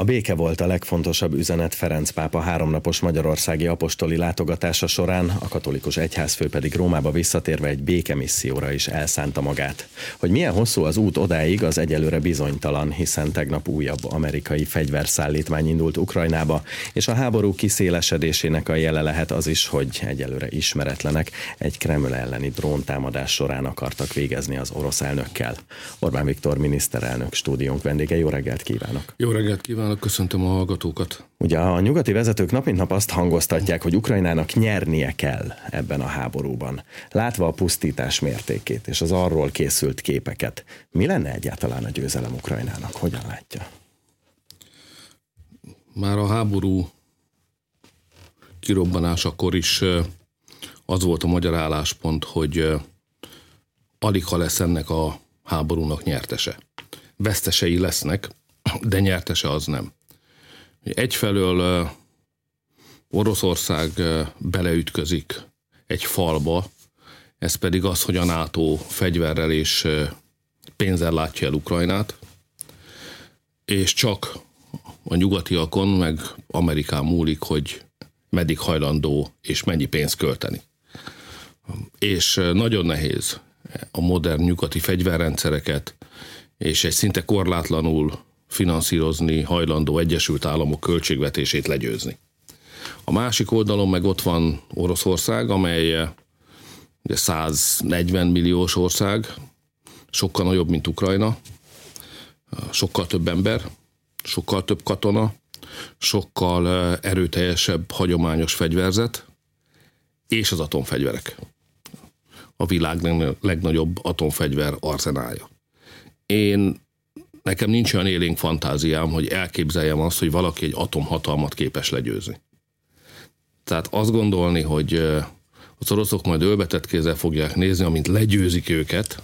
A béke volt a legfontosabb üzenet Ferenc pápa 3 napos magyarországi apostoli látogatása során, a katolikus egyházfő pedig Rómába visszatérve egy békemisszióra is elszánta magát. Hogy milyen hosszú az út odáig, az egyelőre bizonytalan, hiszen tegnap újabb amerikai fegyverszállítmány indult Ukrajnába, és a háború kiszélesedésének a jele lehet az is, hogy egyelőre ismeretlenek egy Kreml elleni dróntámadás során akartak végezni az orosz elnökkel. Orbán Viktor miniszterelnök stúdiónk vendége, jó reggelt kívánok! Jó reggelt kívánok, köszöntöm a hallgatókat! Ugye a nyugati vezetők nap mint nap azt hangoztatják, hogy Ukrajnának nyernie kell ebben a háborúban. Látva a pusztítás mértékét és az arról készült képeket, mi lenne egyáltalán a győzelem Ukrajnának? Hogyan látja? Már a háború kirobbanásakor is az volt a magyar álláspont, hogy aligha lesz ennek a háborúnak nyertese. Vesztesei lesznek, de nyertese az nem. Egyfelől Oroszország beleütközik egy falba, ez pedig az, hogy a NATO fegyverrel és pénzzel látja el Ukrajnát, és csak a nyugatiakon, meg Amerikán múlik, hogy meddig hajlandó és mennyi pénzt költeni. És nagyon nehéz a modern nyugati fegyverrendszereket és egy szinte korlátlanul finanszírozni hajlandó Egyesült Államok költségvetését legyőzni. A másik oldalon meg ott van Oroszország, amely 140 milliós ország, sokkal nagyobb, mint Ukrajna, sokkal több ember, sokkal több katona, sokkal erőteljesebb hagyományos fegyverzet, és az atomfegyverek. A világ legnagyobb atomfegyver arzenálja. Nekem nincs olyan élénk fantáziám, hogy elképzeljem azt, hogy valaki egy atomhatalmat képes legyőzni. Tehát azt gondolni, hogy az oroszok majd ölbetett kézzel fogják nézni, amint legyőzik őket,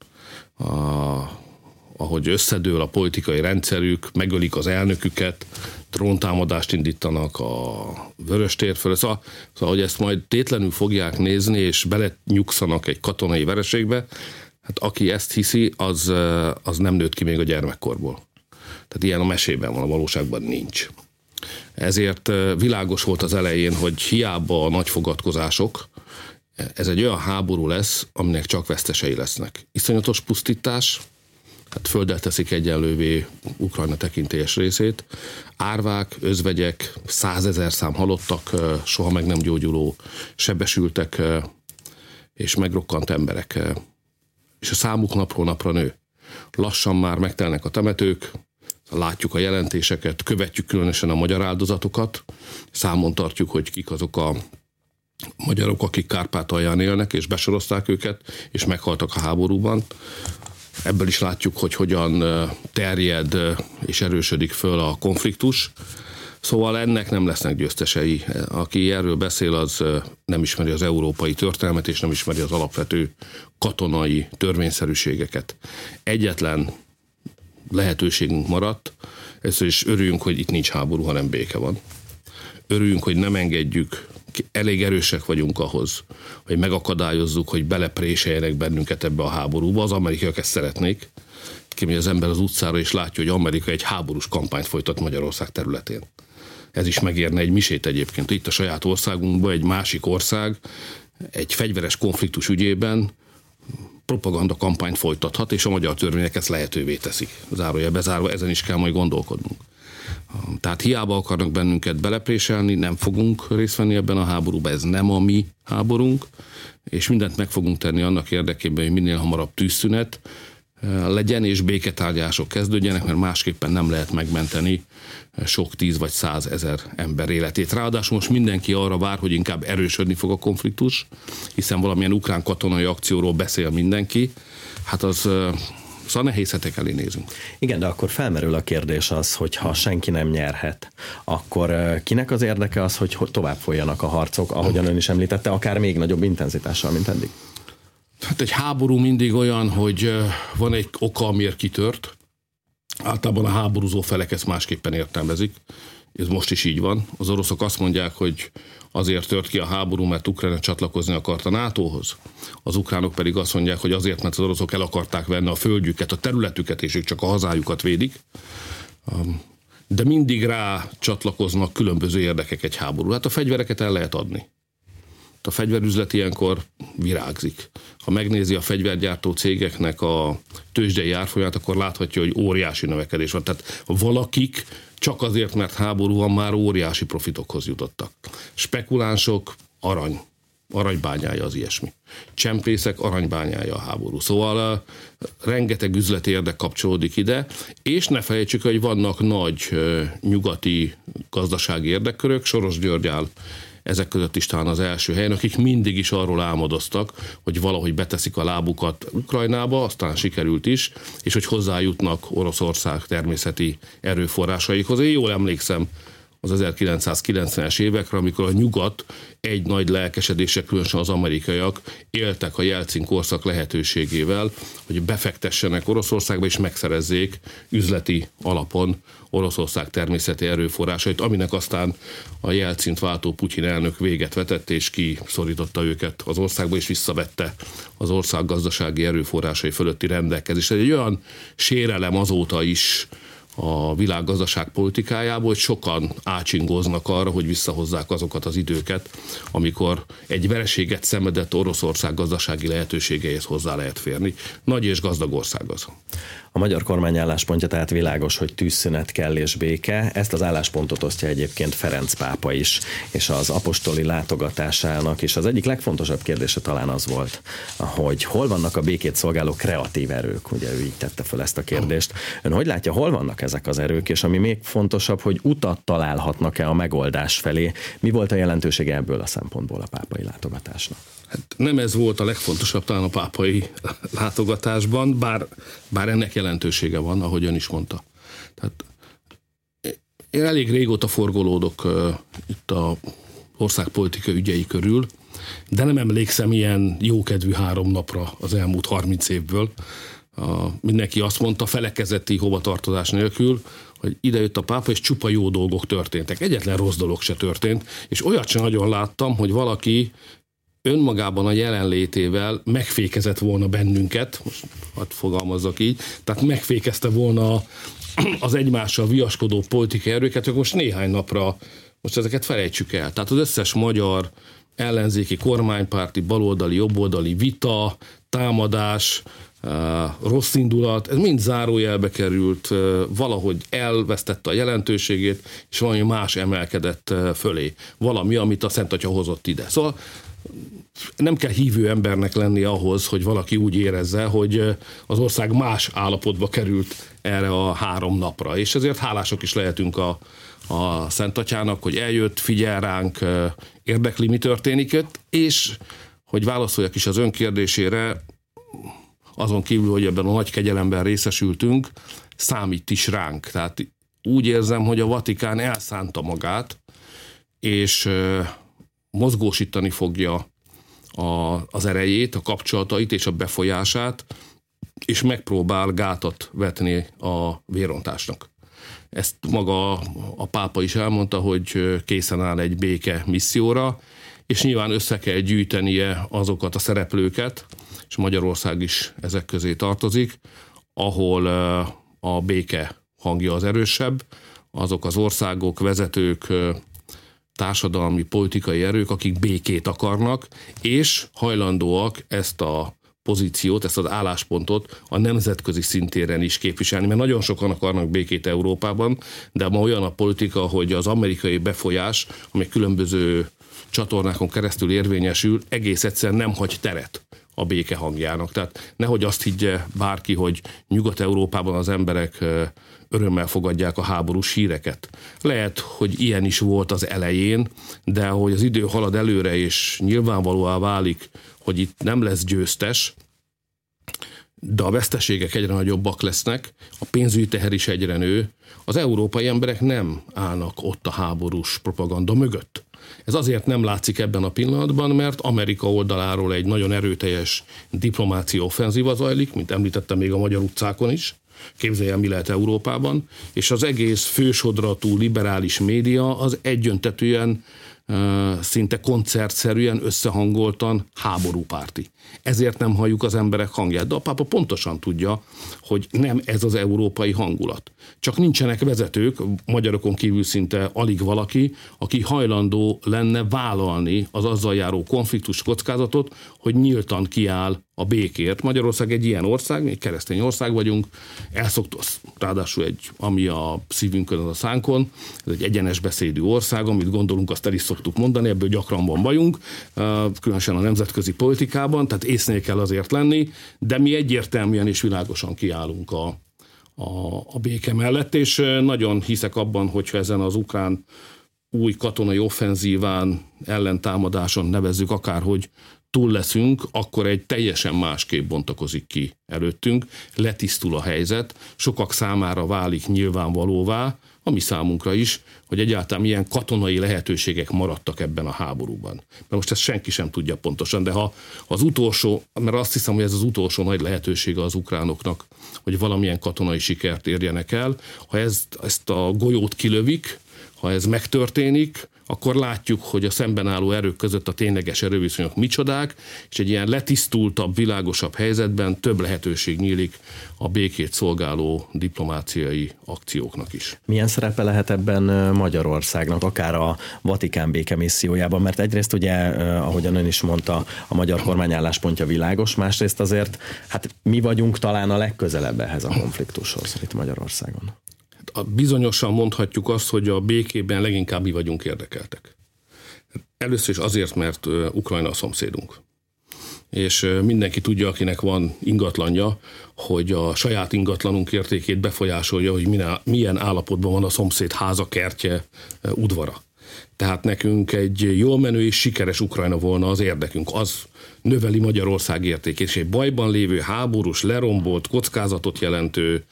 ahogy összedől a politikai rendszerük, megölik az elnöküket, dróntámadást indítanak a Vöröstér föl. Szóval, hogy ezt majd tétlenül fogják nézni, és belenyugszanak egy katonai vereségbe, hát aki ezt hiszi, az nem nőtt ki még a gyermekkorból. Tehát ilyen a mesében van, a valóságban nincs. Ezért világos volt az elején, hogy hiába a nagy fogadkozások, ez egy olyan háború lesz, aminek csak vesztesei lesznek. Iszonyatos pusztítás, hát földdel teszik egyenlővé Ukrajna tekintélyes részét. Árvák, özvegyek, 100 000 szám halottak, soha meg nem gyógyuló, sebesültek és megrokkant emberek. És a számuk napról napra nő. Lassan már megtelnek a temetők, látjuk a jelentéseket, követjük különösen a magyar áldozatokat, számon tartjuk, hogy kik azok a magyarok, akik Kárpátalján élnek, és besorozták őket, és meghaltak a háborúban. Ebből is látjuk, hogy hogyan terjed és erősödik föl a konfliktus. Szóval ennek nem lesznek győztesei. Aki erről beszél, az nem ismeri az európai történelmet, és nem ismeri az alapvető katonai törvényszerűségeket. Egyetlen lehetőségünk maradt, először is örüljünk, hogy itt nincs háború, hanem béke van. Örüljünk, hogy nem engedjük, elég erősek vagyunk ahhoz, hogy megakadályozzuk, hogy belepréseljenek bennünket ebbe a háborúba. Az amerikaiak ezt szeretnék. Kimegy az ember az utcára, és látja, hogy Amerika egy háborús kampányt folytat Magyarország területén. Ez is megérne egy misét egyébként. Itt a saját országunkban egy másik ország egy fegyveres konfliktus ügyében propaganda kampányt folytathat, és a magyar törvények ezt lehetővé teszik. Zárójelbe zárva, ezen is kell majd gondolkodnunk. Tehát hiába akarnak bennünket belepréselni, nem fogunk részt venni ebben a háborúban, ez nem a mi háborunk, és mindent meg fogunk tenni annak érdekében, hogy minél hamarabb tűzszünet legyen, és béketárgyalások kezdődjenek, mert másképpen nem lehet megmenteni sok 10 vagy 100 000 ember életét. Ráadásul most mindenki arra vár, hogy inkább erősödni fog a konfliktus, hiszen valamilyen ukrán katonai akcióról beszél mindenki. Hát az... Szóval nehéz hetek elé nézünk. Igen, de akkor felmerül a kérdés az, hogy ha senki nem nyerhet, akkor kinek az érdeke az, hogy tovább folyjanak a harcok, ahogyan ön is említette, akár még nagyobb intenzitással, mint eddig? Hát egy háború mindig olyan, hogy van egy oka, amiért kitört. Általában a háborúzó felek ezt másképpen értelmezik. Ez most is így van. Az oroszok azt mondják, hogy azért tört ki a háború, mert Ukrajna csatlakozni akart a NATO-hoz. Az ukránok pedig azt mondják, hogy azért, mert az oroszok el akarták venni a földjüket, a területüket, és ők csak a hazájukat védik. de mindig rá csatlakoznak különböző érdekek egy háború. Hát a fegyvereket el lehet adni. A fegyverüzlet ilyenkor virágzik. Ha megnézi a fegyvergyártó cégeknek a tőzsdei árfolyamát, akkor láthatja, hogy óriási növekedés van. Tehát valakik csak azért, mert háború van, már óriási profitokhoz jutottak. Spekulánsok aranybányája az ilyesmi. Csempészek aranybányája a háború. Szóval rengeteg üzleti érdek kapcsolódik ide, és ne felejtsük, hogy vannak nagy nyugati gazdasági érdekkörök, Soros György áll ezek között is talán az első helyen, akik mindig is arról álmodoztak, hogy valahogy beteszik a lábukat Ukrajnába, aztán sikerült is, és hogy hozzájutnak Oroszország természeti erőforrásaikhoz. Én jól emlékszem az 1990-es évekre, amikor a nyugat egy nagy lelkesedése, különösen az amerikaiak éltek a Jelcin korszak lehetőségével, hogy befektessenek Oroszországba és megszerezzék üzleti alapon Oroszország természeti erőforrásait, aminek aztán a Jelcint váltó Putyin elnök véget vetett, és kiszorította őket az országba, és visszavette az ország gazdasági erőforrásai fölötti rendelkezést. Ez egy olyan sérelem azóta is a világ gazdaságpolitikájából, hogy sokan ácsingoznak arra, hogy visszahozzák azokat az időket, amikor egy vereséget szenvedett Oroszország gazdasági lehetőségeihez hozzá lehet férni. Nagy és gazdag ország az. A magyar kormány álláspontja tehát világos, hogy tűzszünet kell és béke. Ezt az álláspontot osztja egyébként Ferenc pápa is, és az apostoli látogatásának is az egyik legfontosabb kérdése talán az volt, hogy hol vannak a békét szolgáló kreatív erők. Ugye ő így tette fel ezt a kérdést. Ön hogy látja, hol vannak ezek az erők, és ami még fontosabb, hogy utat találhatnak-e a megoldás felé? Mi volt a jelentősége ebből a szempontból a pápai látogatásnak? Hát nem ez volt a legfontosabb talán a pápai látogatásban, bár ennek jelentősége van, ahogy ön is mondta. Tehát én elég régóta forgolódok itt a országpolitika ügyei körül, de nem emlékszem ilyen jókedvű 3 napra az elmúlt 30 évből. Mindenki azt mondta felekezeti hovatartozás nélkül, hogy idejött a pápa, és csupa jó dolgok történtek. Egyetlen rossz dolog se történt, és olyat sem nagyon láttam, hogy valaki önmagában a jelenlétével megfékezett volna bennünket, most hadd fogalmazzak így, tehát megfékezte volna az egymással viaskodó politikai erőket, hogy most néhány napra, most ezeket felejtsük el. Tehát az összes magyar ellenzéki, kormánypárti, baloldali, jobboldali vita, támadás, rossz indulat, ez mind zárójelbe került, valahogy elvesztette a jelentőségét, és valami más emelkedett fölé. Valami, amit a Szent Atya hozott ide. Szóval nem kell hívő embernek lenni ahhoz, hogy valaki úgy érezze, hogy az ország más állapotba került erre a 3 napra. És ezért hálások is lehetünk a Szent Atyának, hogy eljött, figyel ránk, érdekli, mi történik itt, és hogy válaszoljak is az ön kérdésére, azon kívül, hogy ebben a nagy kegyelemben részesültünk, számít is ránk. Tehát úgy érzem, hogy a Vatikán elszánta magát, és mozgósítani fogja az erejét, a kapcsolatait és a befolyását, és megpróbál gátat vetni a vérontásnak. Ezt maga a pápa is elmondta, hogy készen áll egy béke misszióra, és nyilván össze kell gyűjtenie azokat a szereplőket, és Magyarország is ezek közé tartozik, ahol a béke hangja az erősebb, azok az országok, vezetők, társadalmi, politikai erők, akik békét akarnak, és hajlandóak ezt a pozíciót, ezt az álláspontot a nemzetközi szintéren is képviselni, mert nagyon sokan akarnak békét Európában, de ma olyan a politika, hogy az amerikai befolyás, ami különböző csatornákon keresztül érvényesül, egész egyszerűen nem hagy teret a béke hangjának. Tehát nehogy azt higgye bárki, hogy Nyugat-Európában az emberek örömmel fogadják a háborús híreket. Lehet, hogy ilyen is volt az elején, de ahogy az idő halad előre, és nyilvánvalóan válik, hogy itt nem lesz győztes, de a veszteségek egyre nagyobbak lesznek, a pénzügyi teher is egyre nő, az európai emberek nem állnak ott a háborús propaganda mögött. Ez azért nem látszik ebben a pillanatban, mert Amerika oldaláról egy nagyon erőteljes diplomácia offenzíva zajlik, mint említettem még a magyar utcákon is, képzelj el, mi lehet Európában, és az egész fősodratú liberális média az egyöntetűen szinte koncertszerűen, összehangoltan háborúpárti. Ezért nem halljuk az emberek hangját. De a pápa pontosan tudja, hogy nem ez az európai hangulat. Csak nincsenek vezetők, magyarokon kívül szinte alig valaki, aki hajlandó lenne vállalni az azzal járó konfliktus kockázatot, hogy nyíltan kiáll a békért. Magyarország egy ilyen ország, egy keresztény ország vagyunk, ráadásul ami a szívünkön, az a szánkon, ez egy egyenes beszédű ország, amit gondolunk, azt el is szoktuk mondani, ebből gyakran van bajunk, különösen a nemzetközi politikában, tehát észnél kell azért lenni, de mi egyértelműen és világosan kiállunk a béke mellett, és nagyon hiszek abban, hogyha ezen az ukrán új katonai offenzíván, ellentámadáson nevezzük akárhogy, túl leszünk, akkor egy teljesen más kép bontakozik ki előttünk, letisztul a helyzet, sokak számára válik nyilvánvalóvá, ami számunkra is, hogy egyáltalán milyen katonai lehetőségek maradtak ebben a háborúban. Mert most ezt senki sem tudja pontosan, de ha az utolsó, mert azt hiszem, hogy ez az utolsó nagy lehetősége az ukránoknak, hogy valamilyen katonai sikert érjenek el, ha ezt a golyót kilövik, ha ez megtörténik, akkor látjuk, hogy a szemben álló erők között a tényleges erőviszonyok micsodák, és egy ilyen letisztultabb, világosabb helyzetben több lehetőség nyílik a békét szolgáló diplomáciai akcióknak is. Milyen szerepe lehet ebben Magyarországnak, akár a Vatikán békemissziójában? Mert egyrészt ugye, ahogyan ön is mondta, a magyar kormány álláspontja világos, másrészt azért, hát mi vagyunk talán a legközelebb ehhez a konfliktushoz itt Magyarországon. Bizonyosan mondhatjuk azt, hogy a békében leginkább mi vagyunk érdekeltek. Először is azért, mert Ukrajna a szomszédunk. És mindenki tudja, akinek van ingatlanja, hogy a saját ingatlanunk értékét befolyásolja, hogy milyen állapotban van a szomszéd háza, kertje, udvara. Tehát nekünk egy jól menő és sikeres Ukrajna volna az érdekünk. Az növeli Magyarország értékét, és egy bajban lévő, háborús, lerombolt, kockázatot jelentő,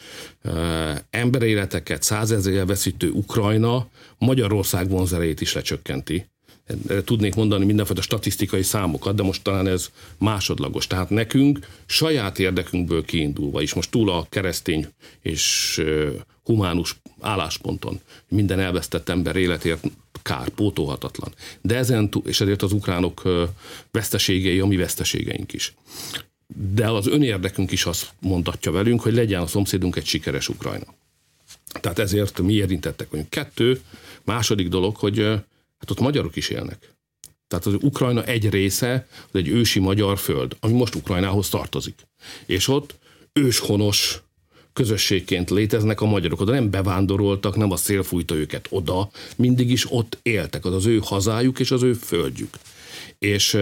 emberéleteket 100 000-rel veszítő Ukrajna Magyarország vonzerejét is lecsökkenti. Tudnék mondani mindenfajta statisztikai számokat, de most talán ez másodlagos. Tehát nekünk saját érdekünkből kiindulva is, most túl a keresztény és humánus állásponton, minden elvesztett ember életért kár, pótolhatatlan. De ezen túl, és ezért az ukránok veszteségei a mi veszteségeink is. De az önérdekünk is azt mondatja velünk, hogy legyen a szomszédunk egy sikeres Ukrajna. Tehát ezért mi érintettek vagyunk. Második dolog, hogy hát ott magyarok is élnek. Tehát az Ukrajna egy része, az egy ősi magyar föld, ami most Ukrajnához tartozik. És ott őshonos közösségként léteznek a magyarok. Oda nem bevándoroltak, nem a szél fújta őket oda, mindig is ott éltek. Az az ő hazájuk és az ő földjük. És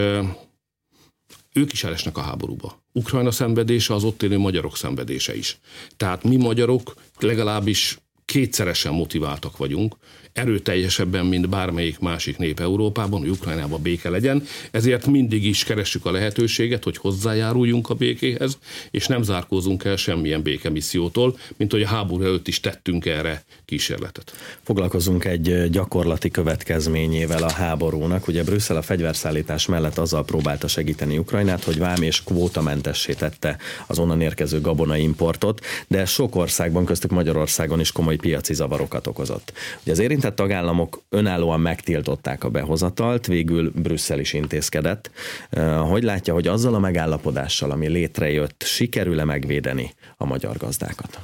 ők is elesnek a háborúba. Ukrajna szenvedése az ott élő magyarok szenvedése is. Tehát mi magyarok legalábbis kétszeresen motiváltak vagyunk, erőteljesebben, mint bármelyik másik nép Európában, hogy Ukrajnában béke legyen, ezért mindig is keressük a lehetőséget, hogy hozzájáruljunk a békéhez, és nem zárkózunk el semmilyen békemissziótól, mint hogy a háború előtt is tettünk erre kísérletet. Foglalkozunk egy gyakorlati következményével a háborúnak. Ugye Brüsszel a fegyverszállítás mellett azzal próbálta segíteni Ukrajnát, hogy vám és kvótamentessé tette az onnan érkező gabonaimportot, de sok országban, köztük Magyarországon is komoly piaci zavarokat okozott. Ugye az érintett tagállamok önállóan megtiltották a behozatalt, végül Brüsszel is intézkedett. Hogy látja, hogy azzal a megállapodással, ami létrejött, sikerül-e megvédeni a magyar gazdákat?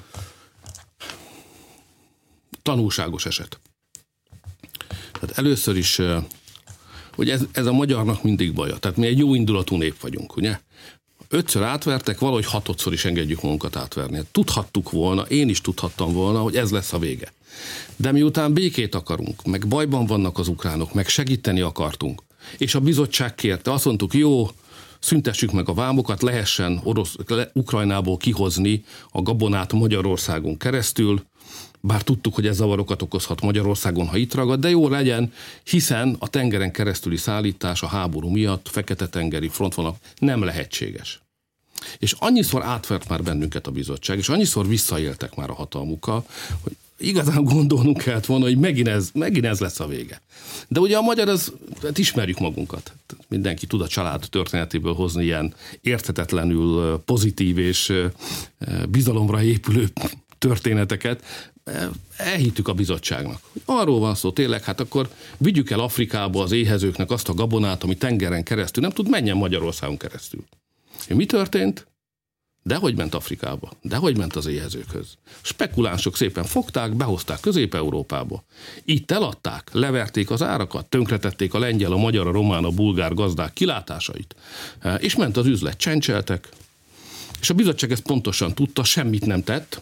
Tanulságos eset. Tehát először is, hogy ez a magyarnak mindig baja. Tehát mi egy jó indulatú nép vagyunk, ugye? 5-ször átvertek, valahogy 6-szor is engedjük magunkat átverni. Tudhattuk volna, én is tudhattam volna, hogy ez lesz a vége. De miután békét akarunk, meg bajban vannak az ukránok, meg segíteni akartunk, és a bizottság kérte, azt mondtuk, jó, szüntessük meg a vámokat, lehessen Ukrajnából kihozni a gabonát Magyarországon keresztül, bár tudtuk, hogy ez zavarokat okozhat Magyarországon, ha itt ragad, de jó legyen, hiszen a tengeren keresztüli szállítás a háború miatt, Fekete-tengeri frontvonalak nem lehetséges. És annyiszor átvert már bennünket a bizottság, és annyiszor visszaéltek már a hatalmukkal, hogy igazán gondolnunk kellett volna, hogy megint ez lesz a vége. De ugye a magyar, hát ismerjük magunkat. Mindenki tud a család történetéből hozni ilyen érthetetlenül pozitív és bizalomra épülő történeteket. elhittük a bizottságnak. Arról van szó tényleg, hát akkor vigyük el Afrikába az éhezőknek azt a gabonát, ami tengeren keresztül nem tud, menjen Magyarországon keresztül. Mi történt? Dehogy ment Afrikába, dehogy ment az éhezőkhöz. Spekulánsok szépen fogták, behozták Közép-Európába. Itt eladták, leverték az árakat, tönkretették a lengyel, a magyar, a román, a bulgár gazdák kilátásait. És ment az üzlet, csencseltek. És a bizottság ezt pontosan tudta, semmit nem tett,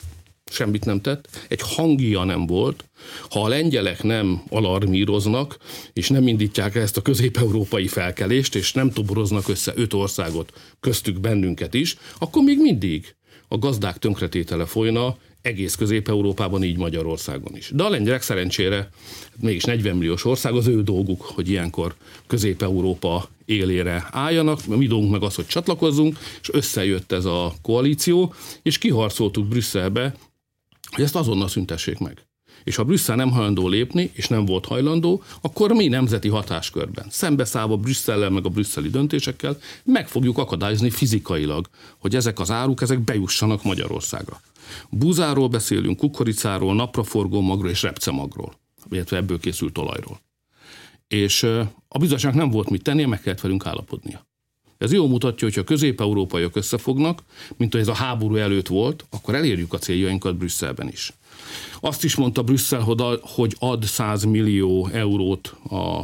egy hangja nem volt. Ha a lengyelek nem alarmíroznak, és nem indítják ezt a közép-európai felkelést, és nem toboroznak össze 5 országot, köztük bennünket is, akkor még mindig a gazdák tönkretétele folyna egész Közép-Európában, így Magyarországon is. De a lengyelek szerencsére mégis 40 milliós ország, az ő dolguk, hogy ilyenkor Közép-Európa élére álljanak, mi dolgunk meg az, hogy csatlakozzunk, és összejött ez a koalíció, és kiharcoltuk Brüsszelbe, hogy ezt azonnal szüntessék meg. És ha Brüsszel nem hajlandó lépni, és nem volt hajlandó, akkor mi nemzeti hatáskörben, szembeszállva Brüsszellel meg a brüsszeli döntésekkel, meg fogjuk akadályozni fizikailag, hogy ezek az áruk ezek bejussanak Magyarországra. Búzáról beszélünk, kukoricáról, napraforgómagról és repcemagról, illetve ebből készült olajról. És a bizottságnak nem volt mit tennie, meg kellett velünk állapodnia. Ez jól mutatja, hogy ha közép-európaiak összefognak, mint hogy ez a háború előtt volt, akkor elérjük a céljainkat Brüsszelben is. Azt is mondta Brüsszel, hogy ad 100 millió eurót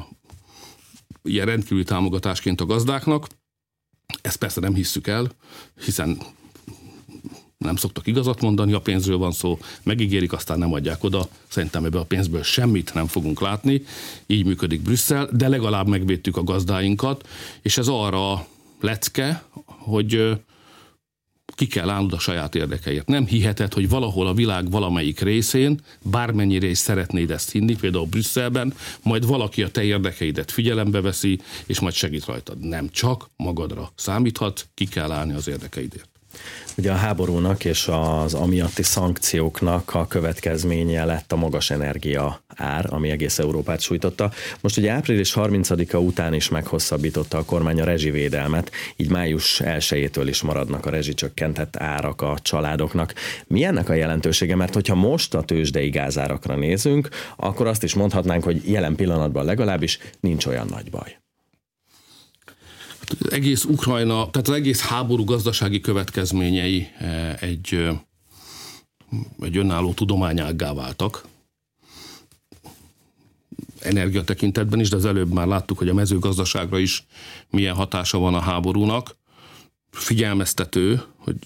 ilyen rendkívüli támogatásként a gazdáknak. Ezt persze nem hisszük el, hiszen nem szoktak igazat mondani, a pénzről van szó, megígérik, aztán nem adják oda. Szerintem ebből a pénzből semmit nem fogunk látni. Így működik Brüsszel, de legalább megvédtük a gazdáinkat, és ez arra lecke, hogy ki kell állnod a saját érdekeért. Nem hiheted, hogy valahol a világ valamelyik részén, bármennyire is szeretnéd ezt hinni, például Brüsszelben, majd valaki a te érdekeidet figyelembe veszi, és majd segít rajtad. Nem, csak magadra számíthatsz, ki kell állni az érdekeidért. Ugye a háborúnak és az amiatti szankcióknak a következménye lett a magas energia ár, ami egész Európát sújtotta. Most ugye április 30-a után is meghosszabbította a kormány a rezsivédelmet, így május 1-től is maradnak a rezsicsökkentett árak a családoknak. Mi ennek a jelentősége? Mert hogyha most a tőzsdei gázárakra nézünk, akkor azt is mondhatnánk, hogy jelen pillanatban legalábbis nincs olyan nagy baj. Az egész Ukrajna, tehát az egész háború gazdasági következményei egy önálló tudományággá váltak. Energia tekintetben is, de az előbb már láttuk, hogy a mezőgazdaságra is milyen hatása van a háborúnak. Figyelmeztető,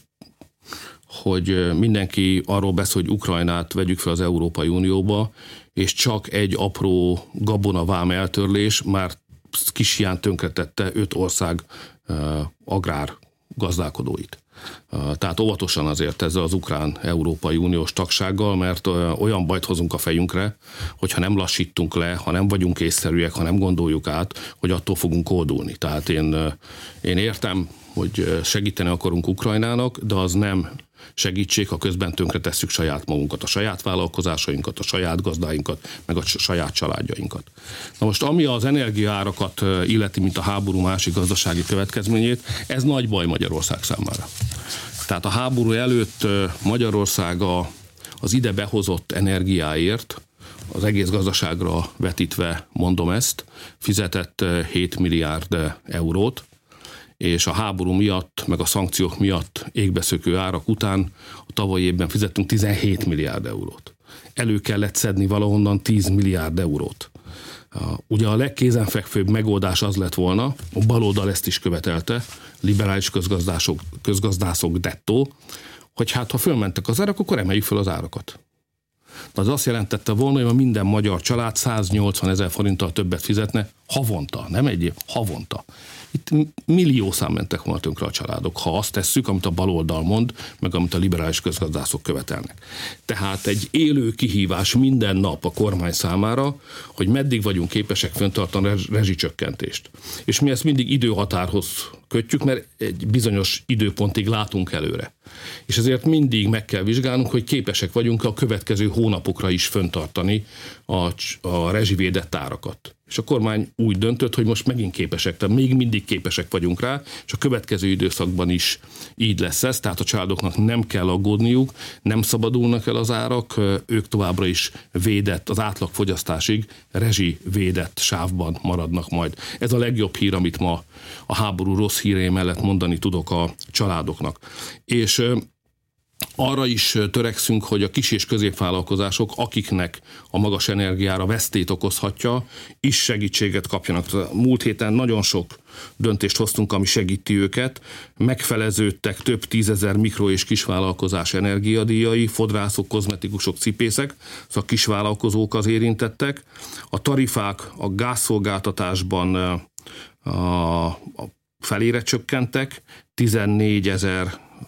hogy mindenki arról beszél, hogy Ukrajnát vegyük fel az Európai Unióba, és csak egy apró gabonavám eltörlés már kis hiány tönkretette 5 ország agrár gazdálkodóit. Tehát óvatosan azért ezzel az ukrán-európai uniós tagsággal, mert olyan bajt hozunk a fejünkre, hogyha nem lassítunk le, ha nem vagyunk észszerűek, ha nem gondoljuk át, hogy attól fogunk oldulni. Tehát én értem, hogy segíteni akarunk Ukrajnának, de az nem segítség, ha közben tönkretesszük saját magunkat, a saját vállalkozásainkat, a saját gazdáinkat, meg a saját családjainkat. Na most, ami az energiaárakat illeti, mint a háború másik gazdasági következményét, ez nagy baj Magyarország számára. Tehát a háború előtt Magyarország az ide behozott energiáért, az egész gazdaságra vetítve, mondom ezt, fizetett 7 milliárd eurót, és a háború miatt, meg a szankciók miatt égbeszökő árak után a tavalyi évben fizettünk 17 milliárd eurót. Elő kellett szedni valahonnan 10 milliárd eurót. Ugye a legkézenfekvőbb megoldás az lett volna, a baloldal ezt is követelte, liberális közgazdászok dettó, hogy hát ha fölmentek az árak, akkor emeljük fel az árakat. De az azt jelentette volna, hogy minden magyar család 180 000 forinttal többet fizetne havonta, nem egy év, havonta. Itt milliószám mentek volna tönkre a családok, ha azt tesszük, amit a baloldal mond, meg amit a liberális közgazdászok követelnek. Tehát egy élő kihívás minden nap a kormány számára, hogy meddig vagyunk képesek fenntartani a rezsicsökkentést. És mi ezt mindig időhatárhoz kötjük, mert egy bizonyos időpontig látunk előre. És ezért mindig meg kell vizsgálnunk, hogy képesek vagyunk a következő hónapokra is fenntartani a rezsivédett árakat. és a kormány úgy döntött, hogy most megint képesek, tehát még mindig képesek vagyunk rá, és a következő időszakban is így lesz ez, tehát a családoknak nem kell aggódniuk, nem szabadulnak el az árak, ők továbbra is védett, az átlagfogyasztásig védett sávban maradnak majd. Ez a legjobb hír, amit ma a háború rossz hírei mellett mondani tudok a családoknak. És arra is törekszünk, hogy a kis- és középvállalkozások, akiknek a magas energiára vesztét okozhatja, is segítséget kapjanak. Múlt héten nagyon sok döntést hoztunk, ami segíti őket. Megfeleződtek több 10 000 mikro- és kisvállalkozás energiadíjai, fodrászok, kozmetikusok, cipészek, szóval kisvállalkozók az érintettek. A tarifák a gázszolgáltatásban a felére csökkentek, 14 000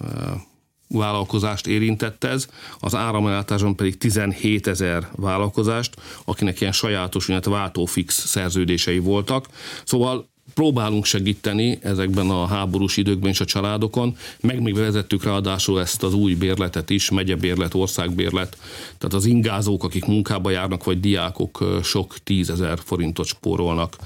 vállalkozást érintett ez, az áramellátásban pedig 17 000 vállalkozást, akinek ilyen sajátos, váltófix szerződései voltak. Szóval próbálunk segíteni ezekben a háborús időkben is a családokon, meg még bevezettük ráadásul ezt az új bérletet is, megyebérlet, országbérlet, tehát az ingázók, akik munkába járnak, vagy diákok sok 10 000 forintot spórolnak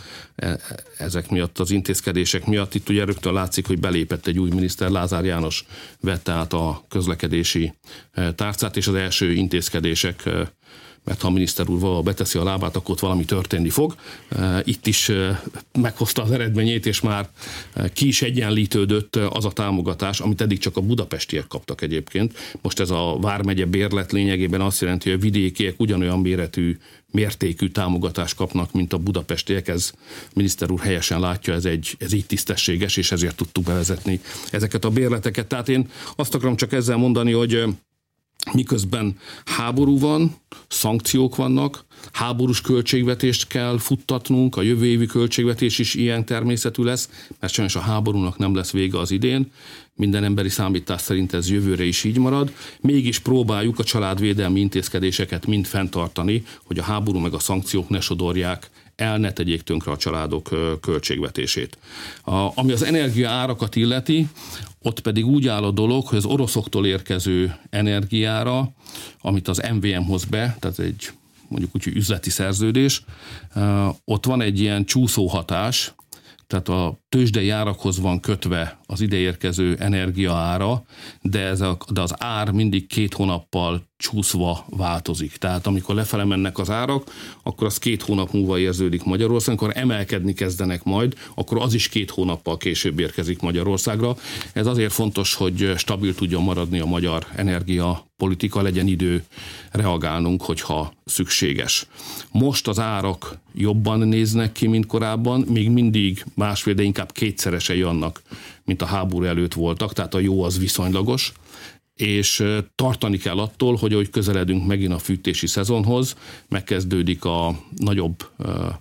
ezek miatt, az intézkedések miatt. Itt ugye rögtön látszik, hogy belépett egy új miniszter, Lázár János vette át a közlekedési tárcát, és az első intézkedések, mert ha a miniszter úr valahol beteszi a lábát, akkor ott valami történni fog. Itt is meghozta az eredményét, és már ki is egyenlítődött az a támogatás, amit eddig csak a budapestiek kaptak egyébként. Most ez a vármegye bérlet lényegében azt jelenti, hogy a vidékiek ugyanolyan mértékű támogatást kapnak, mint a budapestiek. Ez miniszter úr helyesen látja, ez így tisztességes, és ezért tudtuk bevezetni ezeket a bérleteket. Tehát én azt akarom csak ezzel mondani, hogy miközben háború van, szankciók vannak, háborús költségvetést kell futtatnunk, a jövő évi költségvetés is ilyen természetű lesz, mert sajnos a háborúnak nem lesz vége az idén, minden emberi számítás szerint ez jövőre is így marad, mégis próbáljuk a családvédelmi intézkedéseket mind fenntartani, hogy a háború meg a szankciók ne sodorják el, ne tegyék tönkre a családok költségvetését. Ami az energia árakat illeti, ott pedig úgy áll a dolog, hogy az oroszoktól érkező energiára, amit az MVM hoz be, tehát egy mondjuk úgy, hogy üzleti szerződés, ott van egy ilyen csúszóhatás, tehát a tőzsdei árakhoz van kötve az ideérkező energia ára, de az ár mindig 2 hónappal csúszva változik. Tehát amikor lefele mennek az árak, akkor az 2 hónap múlva érződik Magyarországon, amikor emelkedni kezdenek majd, akkor az is 2 hónappal később érkezik Magyarországra. Ez azért fontos, hogy stabil tudjon maradni a magyar energiapolitika, legyen idő reagálnunk, hogyha szükséges. Most az árak jobban néznek ki, mint korábban, még mindig másfél, de inkább 2-szeresei annak, mint a háború előtt voltak, tehát a jó az viszonylagos, és tartani kell attól, hogy ahogy közeledünk megint a fűtési szezonhoz, megkezdődik a nagyobb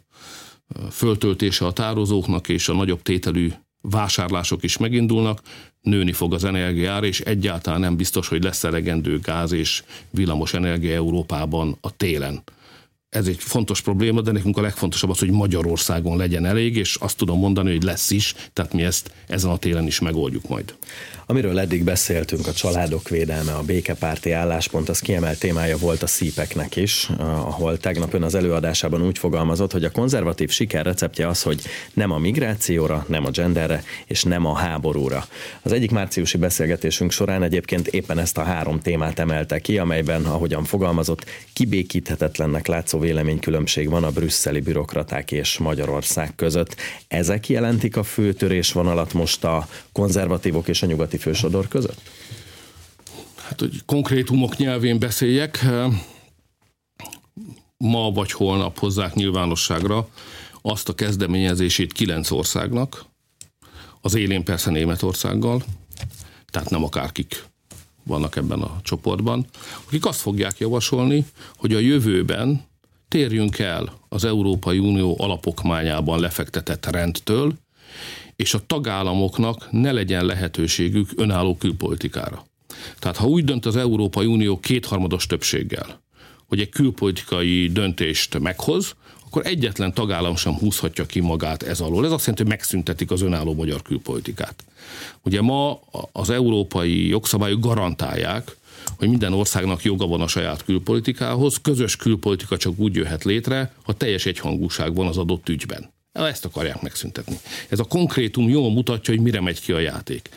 föltöltése a tározóknak, és a nagyobb tételű vásárlások is megindulnak, nőni fog az energiaár, és egyáltalán nem biztos, hogy lesz elegendő gáz és villamos energia Európában a télen. Ez egy fontos probléma, de nekünk a legfontosabb az, hogy Magyarországon legyen elég, és azt tudom mondani, hogy lesz is, tehát mi ezt ezen a télen is megoldjuk majd. Amiről eddig beszéltünk, a családok védelme, a békepárti álláspont, az kiemelt témája volt a szípeknek is, ahol tegnap ön az előadásában úgy fogalmazott, hogy a konzervatív siker receptje az, hogy nem a migrációra, nem a genderre, és nem a háborúra. Az egyik márciusi beszélgetésünk során egyébként éppen ezt a 3 témát emelte ki, amelyben, ahogyan fogalmazott, kibékíthetetlennek látszó véleménykülönbség van a brüsszeli bürokraták és Magyarország között. Ezek jelentik a fő törésvonalat most a konzervatívok és a nyugati fősodor között? Hát, hogy konkrétumok nyelvén beszéljek, ma vagy holnap hozzák nyilvánosságra azt a kezdeményezését 9 országnak, az élén persze Németországgal, tehát nem akárkik vannak ebben a csoportban, akik azt fogják javasolni, hogy a jövőben térjünk el az Európai Unió alapokmányában lefektetett rendtől, és a tagállamoknak ne legyen lehetőségük önálló külpolitikára. Tehát ha úgy dönt az Európai Unió 2/3 többséggel, hogy egy külpolitikai döntést meghoz, akkor egyetlen tagállam sem húzhatja ki magát ez alól. Ez azt jelenti, hogy megszüntetik az önálló magyar külpolitikát. Ugye ma az európai jogszabályok garantálják, hogy minden országnak joga van a saját külpolitikához, közös külpolitika csak úgy jöhet létre, ha teljes egyhangúság van az adott ügyben. Ezt akarják megszüntetni. Ez a konkrétum jól mutatja, hogy mire megy ki a játék.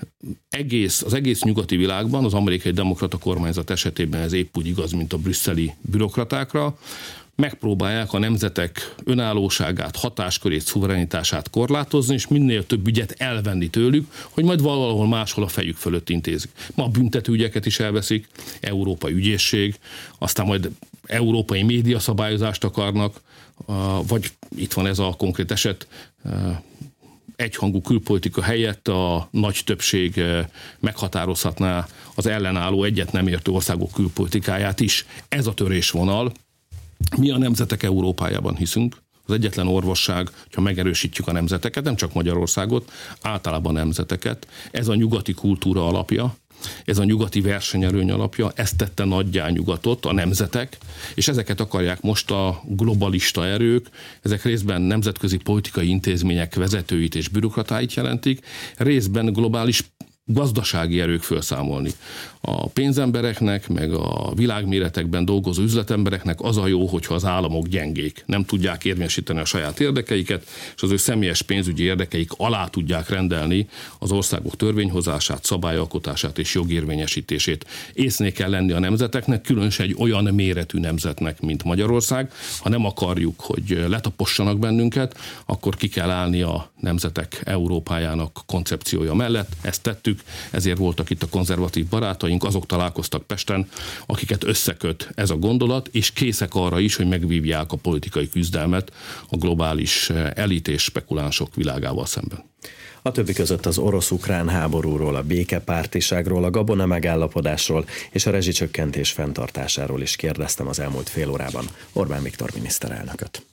Az egész nyugati világban, az amerikai demokrata kormányzat esetében ez épp úgy igaz, mint a brüsszeli bürokratákra, megpróbálják a nemzetek önállóságát, hatáskörét, szuverenitását korlátozni, és minél több ügyet elvenni tőlük, hogy majd valahol máshol a fejük fölött intézik. Ma a büntetőügyeket is elveszik, európai ügyészség, aztán majd európai médiaszabályozást akarnak, vagy itt van ez a konkrét eset, egyhangú külpolitika helyett a nagy többség meghatározhatná az ellenálló, egyet nem értő országok külpolitikáját is. Ez a törésvonal. Mi a nemzetek Európájában hiszünk. Az egyetlen orvosság, ha megerősítjük a nemzeteket, nem csak Magyarországot, általában nemzeteket. Ez a nyugati kultúra alapja, ez a nyugati versenyerőny alapja, ezt tette nagyjá nyugatot, a nemzetek, és ezeket akarják most a globalista erők, ezek részben nemzetközi politikai intézmények vezetőit és bürokratáit jelentik, részben globális gazdasági erők felszámolni. A pénzembereknek, meg a világméretekben dolgozó üzletembereknek az a jó, hogyha az államok gyengék, nem tudják érvényesíteni a saját érdekeiket, és az ő személyes pénzügyi érdekeik alá tudják rendelni az országok törvényhozását, szabályalkotását és jogérvényesítését. Észnél kell lenni a nemzeteknek, különösen egy olyan méretű nemzetnek, mint Magyarország. Ha nem akarjuk, hogy letapossanak bennünket, akkor ki kell állni a nemzetek Európájának koncepciója mellett. Ezt tettük, ezért voltak itt a konzervatív barátaink, azok találkoztak Pesten, akiket összeköt ez a gondolat, és készek arra is, hogy megvívják a politikai küzdelmet a globális elit és spekulánsok világával szemben. A többi között az orosz-ukrán háborúról, a békepártiságról, a gabona megállapodásról és a rezsicsökkentés fenntartásáról is kérdeztem az elmúlt fél órában Orbán Viktor miniszterelnököt.